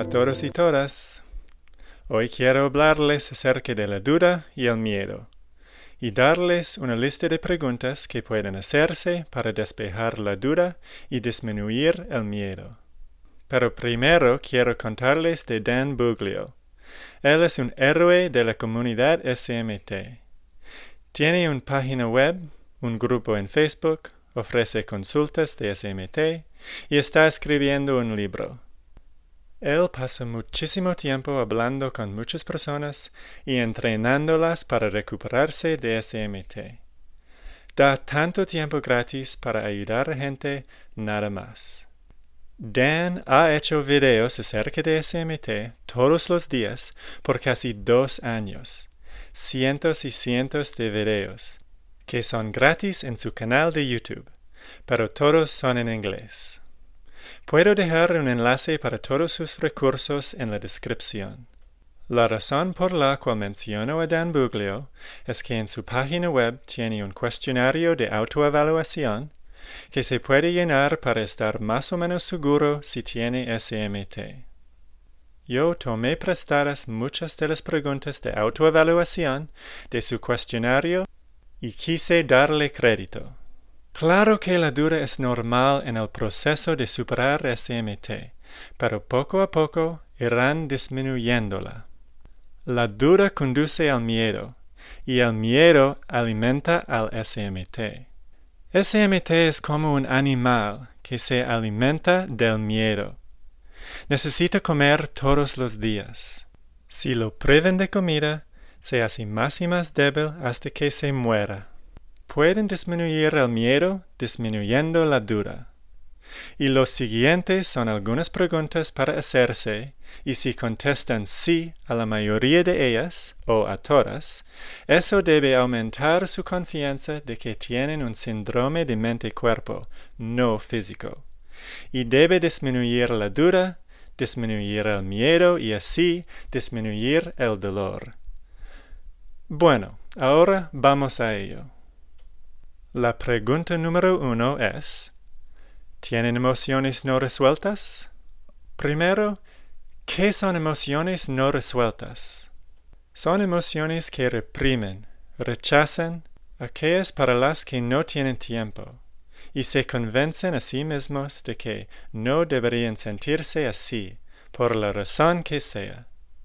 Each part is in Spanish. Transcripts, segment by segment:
todos y todas. Hoy quiero hablarles acerca de la duda y el miedo, y darles una lista de preguntas que pueden hacerse para despejar la duda y disminuir el miedo. Pero primero quiero contarles de Dan Buglio. Él es un héroe de la comunidad SMT. Tiene una página web, un grupo en Facebook, ofrece consultas de SMT y está escribiendo un libro. Él pasa muchísimo tiempo hablando con muchas personas y entrenándolas para recuperarse de SMT. Da tanto tiempo gratis para ayudar a gente, nada más. Dan ha hecho videos acerca de SMT todos los días por casi 2 años. Cientos y cientos de videos, que son gratis en su canal de YouTube, pero todos son en inglés. Puedo dejar un enlace para todos sus recursos en la descripción. La razón por la cual menciono a Dan Buglio es que en su página web tiene un cuestionario de autoevaluación que se puede llenar para estar más o menos seguro si tiene SMT. Yo tomé prestadas muchas de las preguntas de autoevaluación de su cuestionario y quise darle crédito. Claro que la duda es normal en el proceso de superar SMT, pero poco a poco irán disminuyéndola. La duda conduce al miedo, y el miedo alimenta al SMT. SMT es como un animal que se alimenta del miedo. Necesita comer todos los días. Si lo privan de comida, se hace más y más débil hasta que se muera. Pueden disminuir el miedo disminuyendo la duda. Y los siguientes son algunas preguntas para hacerse, y si contestan sí a la mayoría de ellas, o a todas, eso debe aumentar su confianza de que tienen un síndrome de mente-cuerpo, no físico. Y debe disminuir la duda, disminuir el miedo y así disminuir el dolor. Bueno, ahora vamos a ello. La pregunta número 1 es: ¿tienen emociones no resueltas? Primero, ¿qué son emociones no resueltas? Son emociones que reprimen, rechazan, aquellas para las que no tienen tiempo, y se convencen a sí mismos de que no deberían sentirse así, por la razón que sea.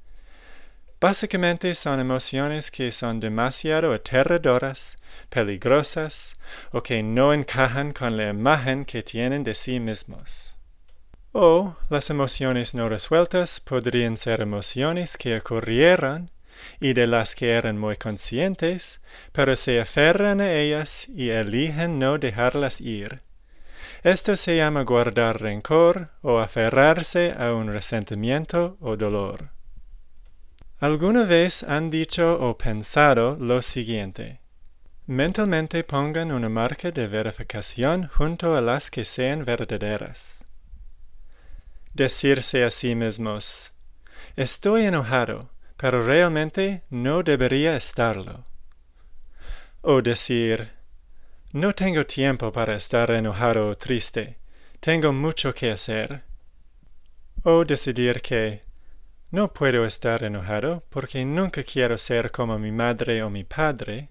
Básicamente son emociones que son demasiado aterradoras, peligrosas, o que no encajan con la imagen que tienen de sí mismos. O las emociones no resueltas podrían ser emociones que ocurrieron y de las que eran muy conscientes, pero se aferran a ellas y eligen no dejarlas ir. Esto se llama guardar rencor o aferrarse a un resentimiento o dolor. ¿Alguna vez han dicho o pensado lo siguiente? Mentalmente pongan una marca de verificación junto a las que sean verdaderas. Decirse a sí mismos: estoy enojado, pero realmente no debería estarlo. O decir: no tengo tiempo para estar enojado o triste, tengo mucho que hacer. O decidir que no puedo estar enojado porque nunca quiero ser como mi madre o mi padre.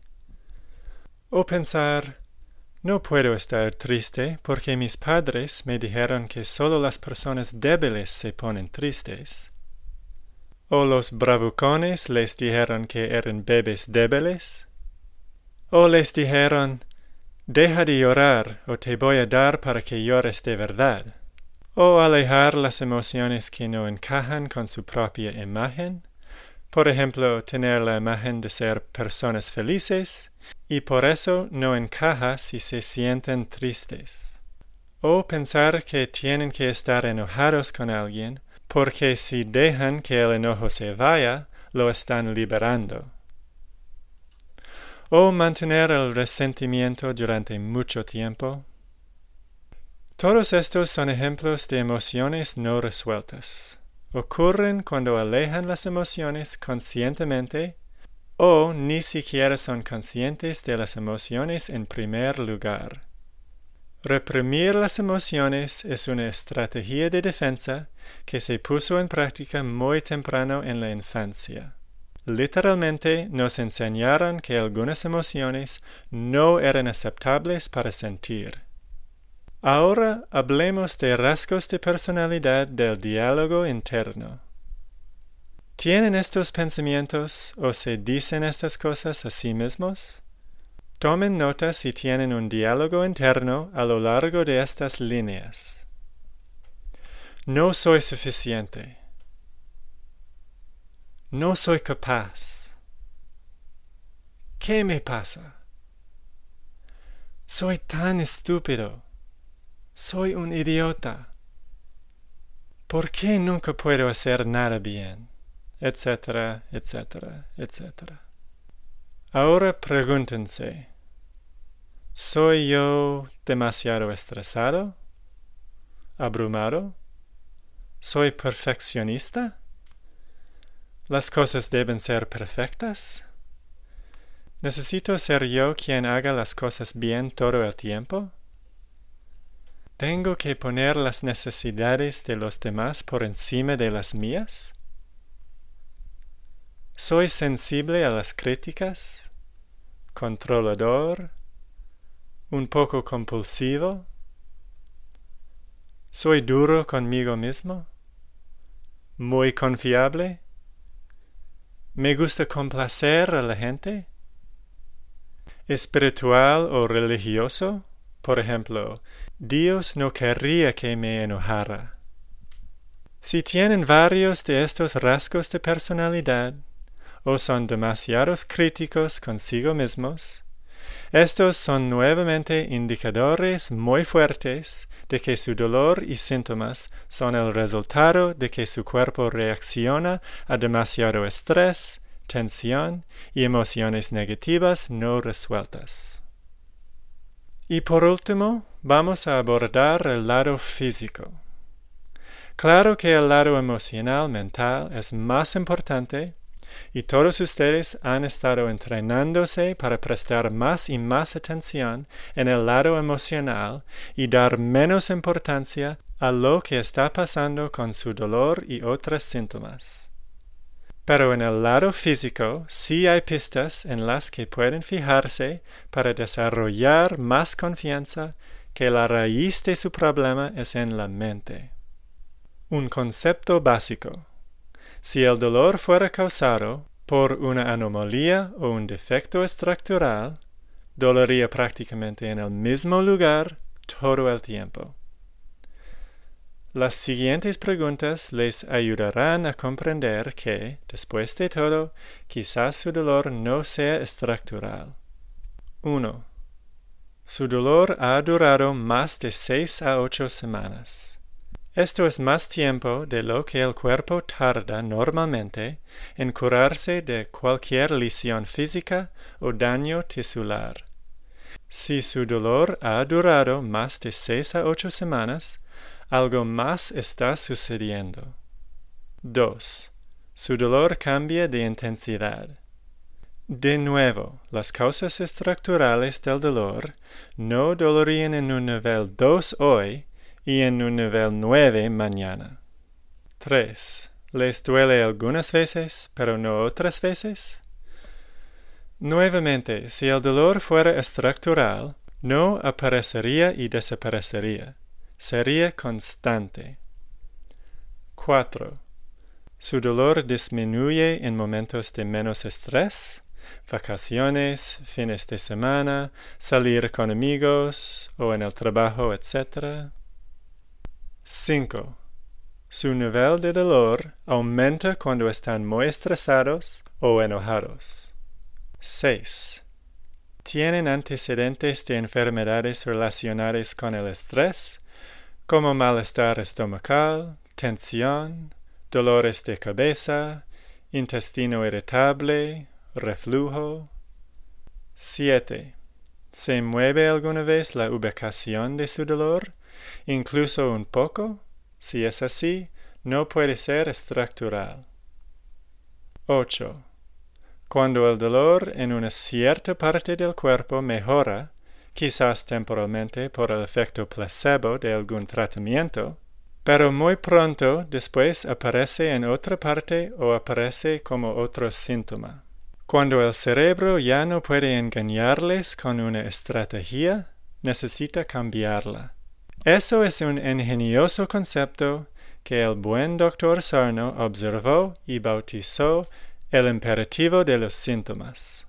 O pensar: no puedo estar triste porque mis padres me dijeron que solo las personas débiles se ponen tristes. O los bravucones les dijeron que eran bebés débiles. O les dijeron: deja de llorar o te voy a dar para que llores de verdad. O alejar las emociones que no encajan con su propia imagen. Por ejemplo, tener la imagen de ser personas felices y por eso no encaja si se sienten tristes. O pensar que tienen que estar enojados con alguien porque si dejan que el enojo se vaya, lo están liberando. O mantener el resentimiento durante mucho tiempo. Todos estos son ejemplos de emociones no resueltas. Ocurren cuando alejan las emociones conscientemente o ni siquiera son conscientes de las emociones en primer lugar. Reprimir las emociones es una estrategia de defensa que se puso en práctica muy temprano en la infancia. Literalmente nos enseñaron que algunas emociones no eran aceptables para sentir. Ahora hablemos de rasgos de personalidad del diálogo interno. ¿Tienen estos pensamientos o se dicen estas cosas a sí mismos? Tomen nota si tienen un diálogo interno a lo largo de estas líneas. No soy suficiente. No soy capaz. ¿Qué me pasa? Soy tan estúpido. Soy un idiota. ¿Por qué nunca puedo hacer nada bien? Etcétera, etcétera, etcétera. Ahora pregúntense, ¿soy yo demasiado estresado? ¿Abrumado? ¿Soy perfeccionista? ¿Las cosas deben ser perfectas? ¿Necesito ser yo quien haga las cosas bien todo el tiempo? ¿Tengo que poner las necesidades de los demás por encima de las mías? ¿Soy sensible a las críticas? ¿Controlador? ¿Un poco compulsivo? ¿Soy duro conmigo mismo? ¿Muy confiable? ¿Me gusta complacer a la gente? ¿Espiritual o religioso? Por ejemplo, Dios no querría que me enojara. Si tienen varios de estos rasgos de personalidad, o son demasiados críticos consigo mismos, estos son nuevamente indicadores muy fuertes de que su dolor y síntomas son el resultado de que su cuerpo reacciona a demasiado estrés, tensión y emociones negativas no resueltas. Y por último, vamos a abordar el lado físico. Claro que el lado emocional mental es más importante y todos ustedes han estado entrenándose para prestar más y más atención en el lado emocional y dar menos importancia a lo que está pasando con su dolor y otros síntomas. Pero en el lado físico sí hay pistas en las que pueden fijarse para desarrollar más confianza que la raíz de su problema es en la mente. Un concepto básico. Si el dolor fuera causado por una anomalía o un defecto estructural, dolería prácticamente en el mismo lugar todo el tiempo. Las siguientes preguntas les ayudarán a comprender que, después de todo, quizás su dolor no sea estructural. 1. Su dolor ha durado más de 6 a 8 semanas. Esto es más tiempo de lo que el cuerpo tarda normalmente en curarse de cualquier lesión física o daño tisular. Si su dolor ha durado más de 6 a 8 semanas, algo más está sucediendo. 2. Su dolor cambia de intensidad. De nuevo, las causas estructurales del dolor no dolerían en un nivel 2 hoy y en un nivel 9 mañana. 3. ¿Les duele algunas veces, pero no otras veces? Nuevamente, si el dolor fuera estructural, no aparecería y desaparecería. Sería constante. 4. ¿Su dolor disminuye en momentos de menos estrés? Vacaciones, fines de semana, salir con amigos o en el trabajo, etc. 5. Su nivel de dolor aumenta cuando están muy estresados o enojados. 6. ¿Tienen antecedentes de enfermedades relacionadas con el estrés, como malestar estomacal, tensión, dolores de cabeza, intestino irritable, reflujo? 7. ¿Se mueve alguna vez la ubicación de su dolor, incluso un poco? Si es así, no puede ser estructural. 8. Cuando el dolor en una cierta parte del cuerpo mejora, quizás temporalmente por el efecto placebo de algún tratamiento, pero muy pronto después aparece en otra parte o aparece como otro síntoma. Cuando el cerebro ya no puede engañarles con una estrategia, necesita cambiarla. Eso es un ingenioso concepto que el buen Dr. Sarno observó y bautizó el imperativo de los síntomas.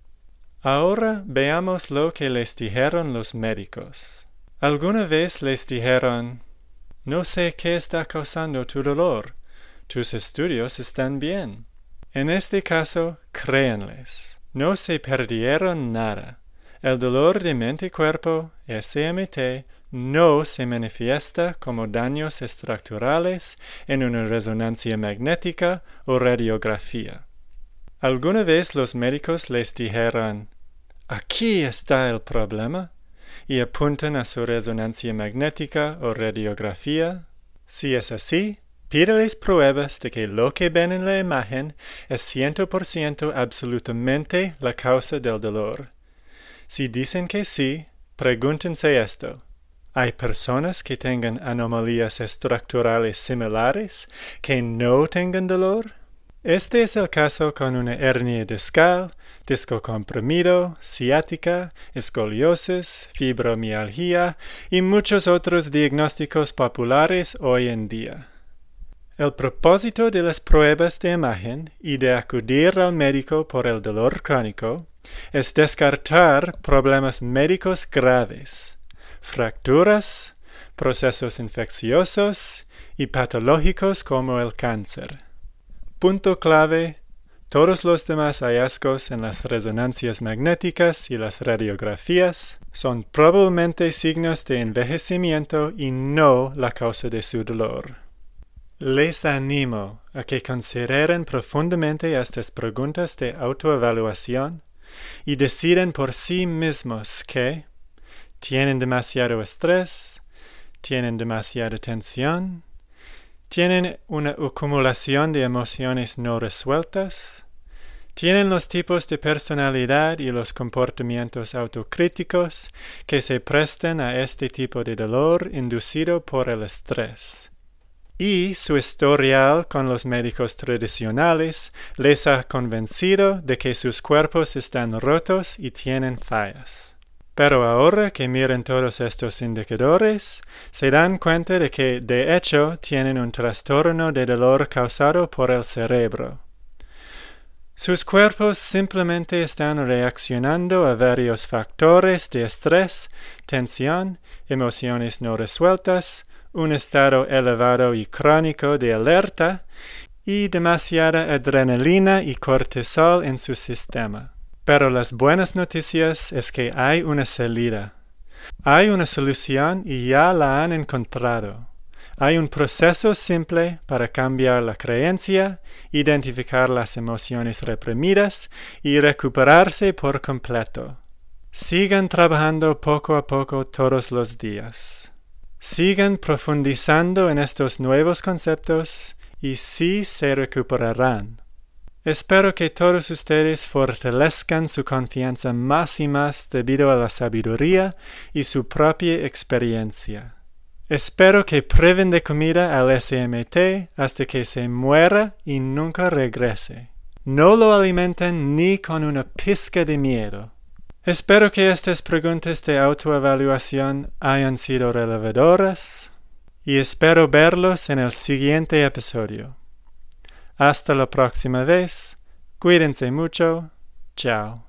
Ahora veamos lo que les dijeron los médicos. Alguna vez les dijeron: no sé qué está causando tu dolor. Tus estudios están bien. En este caso, créanles. No se perdieron nada. El dolor de mente y cuerpo, SMT, no se manifiesta como daños estructurales en una resonancia magnética o radiografía. ¿Alguna vez los médicos les dijeron: aquí está el problema? Y apuntan a su resonancia magnética o radiografía? Si es así, pídeles pruebas de que lo que ven en la imagen es 100% absolutamente la causa del dolor. Si dicen que sí, pregúntense esto: ¿hay personas que tengan anomalías estructurales similares que no tengan dolor? Este es el caso con una hernia discal, disco comprimido, ciática, escoliosis, fibromialgia y muchos otros diagnósticos populares hoy en día. El propósito de las pruebas de imagen y de acudir al médico por el dolor crónico es descartar problemas médicos graves, fracturas, procesos infecciosos y patológicos como el cáncer. Punto clave: todos los demás hallazgos en las resonancias magnéticas y las radiografías son probablemente signos de envejecimiento y no la causa de su dolor. Les animo a que consideren profundamente estas preguntas de autoevaluación y deciden por sí mismos que tienen demasiado estrés, tienen demasiada tensión, tienen una acumulación de emociones no resueltas, tienen los tipos de personalidad y los comportamientos autocríticos que se prestan a este tipo de dolor inducido por el estrés. Y su historial con los médicos tradicionales les ha convencido de que sus cuerpos están rotos y tienen fallas. Pero ahora que miran todos estos indicadores, se dan cuenta de que, de hecho, tienen un trastorno de dolor causado por el cerebro. Sus cuerpos simplemente están reaccionando a varios factores de estrés, tensión, emociones no resueltas, un estado elevado y crónico de alerta y demasiada adrenalina y cortisol en su sistema. Pero las buenas noticias es que hay una salida. Hay una solución y ya la han encontrado. Hay un proceso simple para cambiar la creencia, identificar las emociones reprimidas y recuperarse por completo. Sigan trabajando poco a poco todos los días. Sigan profundizando en estos nuevos conceptos y sí se recuperarán. Espero que todos ustedes fortalezcan su confianza más y más debido a la sabiduría y su propia experiencia. Espero que prueben de comida al SMT hasta que se muera y nunca regrese. No lo alimenten ni con una pizca de miedo. Espero que estas preguntas de autoevaluación hayan sido relevadoras y espero verlos en el siguiente episodio. Hasta la próxima vez. Cuídense mucho. Chao.